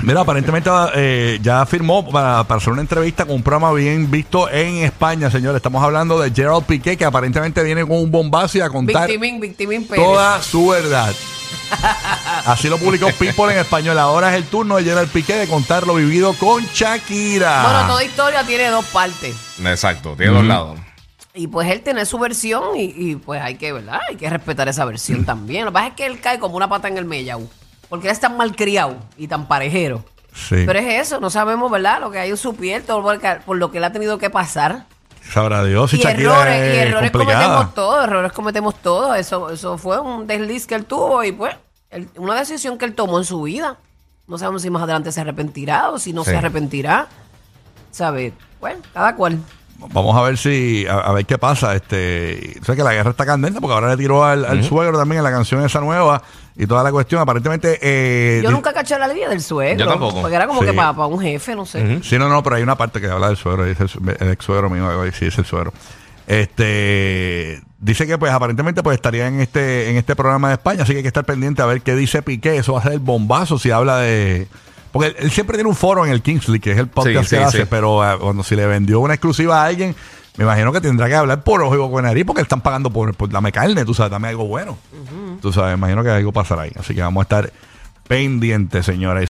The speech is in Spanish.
Mira, aparentemente ya firmó para hacer una entrevista con un programa bien visto en España, señores. Estamos hablando de Gerald Piqué, que aparentemente viene con un bombazo y a contar Victimín Pérez. toda su verdad. Así lo publicó People en español. Ahora es el turno de Gerald Piqué de contar lo vivido con Shakira. Bueno, toda historia tiene dos partes. Exacto, tiene dos lados. Y pues él tiene su versión y pues hay que, ¿verdad? Hay que respetar esa versión también. Lo que pasa es que él cae como una pata en el mellau. Porque él es tan malcriado y tan parejero. Sí. Pero es eso, no sabemos, ¿verdad? Lo que hay en su piel, todo por lo que él ha tenido que pasar. Sabrá Dios si Y Shakira errores complicada. cometemos todos. Eso fue un desliz que él tuvo y pues una decisión que él tomó en su vida. No sabemos si más adelante se arrepentirá o si no se arrepentirá. ¿Sabes? Bueno, cada cual. Vamos a ver a ver qué pasa. O sea que la guerra está candente porque ahora le tiró al suegro también en la canción esa nueva y toda la cuestión. Aparentemente. Yo nunca caché la línea del suegro. Yo tampoco. Porque era como que para un jefe, no sé. Sí, no, pero hay una parte que habla del suegro. Dice el ex suegro mío, sí, es el suegro. Dice que pues aparentemente pues estaría en este programa de España, así que hay que estar pendiente a ver qué dice Piqué. Eso va a ser el bombazo si habla de. Porque él siempre tiene un foro en el Kingsley, que es el podcast que hace, pero cuando si le vendió una exclusiva a alguien, me imagino que tendrá que hablar por ojo y por nariz, porque le están pagando por dame carne, tú sabes, dame algo bueno. Tú sabes, imagino que algo pasará ahí. Así que vamos a estar pendientes, señores.